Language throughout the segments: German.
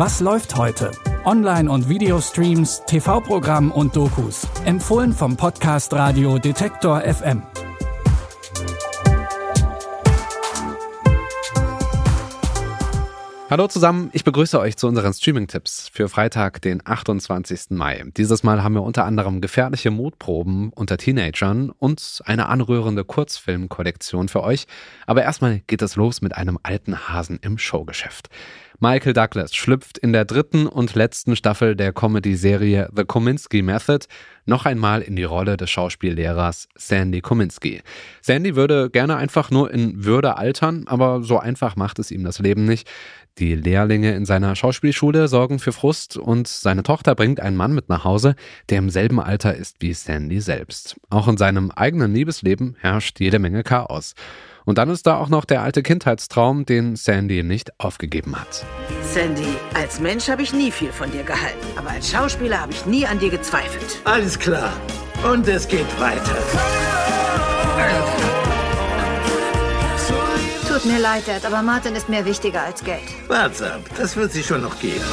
Was läuft heute? Online- und Videostreams, TV-Programm und Dokus. Empfohlen vom Podcast Radio Detektor FM. Hallo zusammen, ich begrüße euch zu unseren Streaming-Tipps für Freitag, den 28. Mai. Dieses Mal haben wir unter anderem gefährliche Mutproben unter Teenagern und eine anrührende Kurzfilmkollektion für euch. Aber erstmal geht es los mit einem alten Hasen im Showgeschäft. Michael Douglas schlüpft in der 3. und letzten Staffel der Comedy-Serie The Kominsky Method noch einmal in die Rolle des Schauspiellehrers Sandy Kominsky. Sandy würde gerne einfach nur in Würde altern, aber so einfach macht es ihm das Leben nicht. Die Lehrlinge in seiner Schauspielschule sorgen für Frust und seine Tochter bringt einen Mann mit nach Hause, der im selben Alter ist wie Sandy selbst. Auch in seinem eigenen Liebesleben herrscht jede Menge Chaos. Und dann ist da auch noch der alte Kindheitstraum, den Sandy nicht aufgegeben hat. Sandy, als Mensch habe ich nie viel von dir gehalten, aber als Schauspieler habe ich nie an dir gezweifelt. Alles klar. Und es geht weiter. Tut mir leid, Dad, aber Martin ist mir wichtiger als Geld. Wart's ab, das wird sie schon noch geben.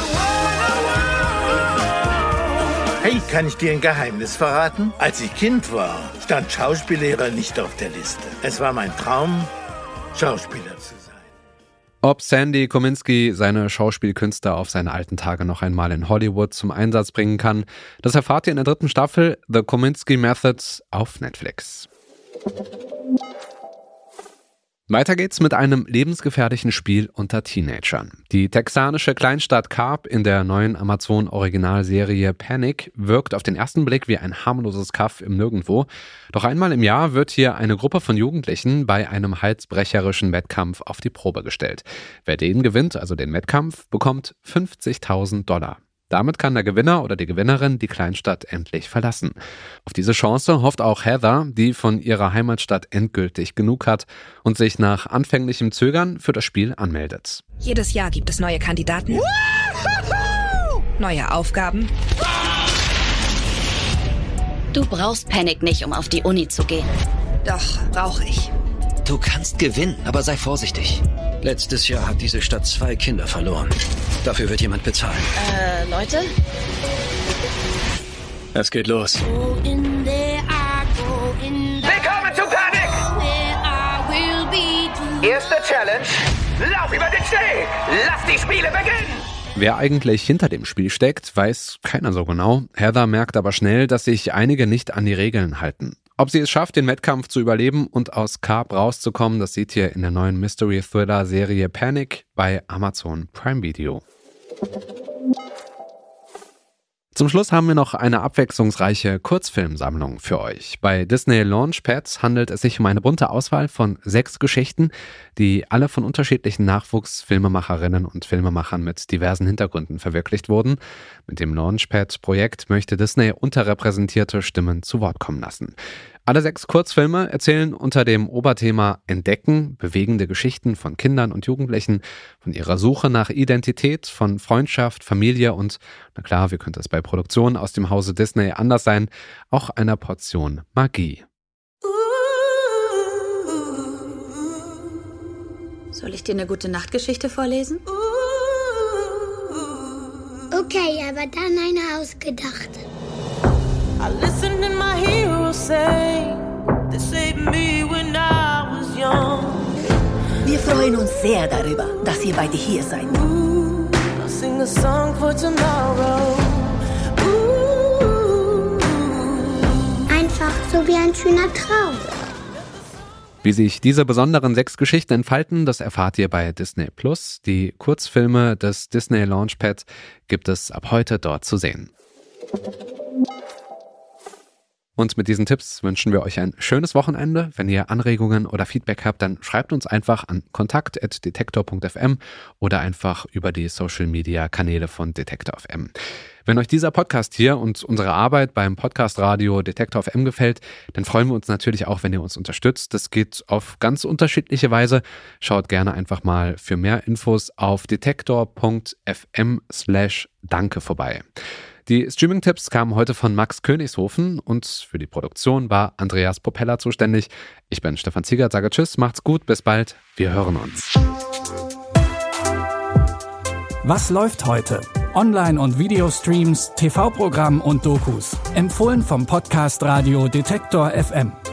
Hey, kann ich dir ein Geheimnis verraten? Als ich Kind war, stand Schauspiellehrer nicht auf der Liste. Es war mein Traum, Schauspieler zu sein. Ob Sandy Kominsky seine Schauspielkünste auf seine alten Tage noch einmal in Hollywood zum Einsatz bringen kann, das erfahrt ihr in der 3. Staffel The Kominsky Method auf Netflix. Weiter geht's mit einem lebensgefährlichen Spiel unter Teenagern. Die texanische Kleinstadt Carp in der neuen Amazon-Originalserie Panic wirkt auf den ersten Blick wie ein harmloses Kaff im Nirgendwo. Doch einmal im Jahr wird hier eine Gruppe von Jugendlichen bei einem halsbrecherischen Wettkampf auf die Probe gestellt. Wer den gewinnt, also den Wettkampf, bekommt $50.000. Damit kann der Gewinner oder die Gewinnerin die Kleinstadt endlich verlassen. Auf diese Chance hofft auch Heather, die von ihrer Heimatstadt endgültig genug hat und sich nach anfänglichem Zögern für das Spiel anmeldet. Jedes Jahr gibt es neue Kandidaten, neue Aufgaben. Du brauchst Panic nicht, um auf die Uni zu gehen. Doch, brauche ich. Du kannst gewinnen, aber sei vorsichtig. Letztes Jahr hat diese Stadt 2 Kinder verloren. Dafür wird jemand bezahlen. Leute? Es geht los. Willkommen zu Panic! Erste Challenge. Lauf über den Steg! Lass die Spiele beginnen! Wer eigentlich hinter dem Spiel steckt, weiß keiner so genau. Heather merkt aber schnell, dass sich einige nicht an die Regeln halten. Ob sie es schafft, den Wettkampf zu überleben und aus Carp rauszukommen, das seht ihr in der neuen Mystery-Thriller-Serie Panic bei Amazon Prime Video. Zum Schluss haben wir noch eine abwechslungsreiche Kurzfilmsammlung für euch. Bei Disney Launchpad handelt es sich um eine bunte Auswahl von 6 Geschichten, die alle von unterschiedlichen Nachwuchsfilmemacherinnen und Filmemachern mit diversen Hintergründen verwirklicht wurden. Mit dem Launchpad-Projekt möchte Disney unterrepräsentierte Stimmen zu Wort kommen lassen. Alle 6 Kurzfilme erzählen unter dem Oberthema Entdecken bewegende Geschichten von Kindern und Jugendlichen, von ihrer Suche nach Identität, von Freundschaft, Familie und, na klar, wie könnte es bei Produktionen aus dem Hause Disney anders sein, auch einer Portion Magie. Soll ich dir eine gute Nachtgeschichte vorlesen? Okay, aber dann eine ausgedachte. I listened to my heroes say they saved me when I was young. Wir freuen uns sehr darüber, dass ihr beide hier seid. I'll sing a song for tomorrow. Einfach so wie ein schöner Traum. Wie sich diese besonderen 6 Geschichten entfalten, das erfahrt ihr bei Disney+. Die Kurzfilme des Disney Launchpad gibt es ab heute dort zu sehen. Und mit diesen Tipps wünschen wir euch ein schönes Wochenende. Wenn ihr Anregungen oder Feedback habt, dann schreibt uns einfach an kontakt@detektor.fm oder einfach über die Social-Media-Kanäle von Detektor FM. Wenn euch dieser Podcast hier und unsere Arbeit beim Podcast Radio Detektor FM gefällt, dann freuen wir uns natürlich auch, wenn ihr uns unterstützt. Das geht auf ganz unterschiedliche Weise. Schaut gerne einfach mal für mehr Infos auf detektor.fm/danke vorbei. Die Streaming-Tipps kamen heute von Max Königshofen und für die Produktion war Andreas Propeller zuständig. Ich bin Stefan Ziegert, sage Tschüss, macht's gut, bis bald, wir hören uns. Was läuft heute? Online- und Videostreams, TV-Programm und Dokus. Empfohlen vom Podcast Radio Detektor FM.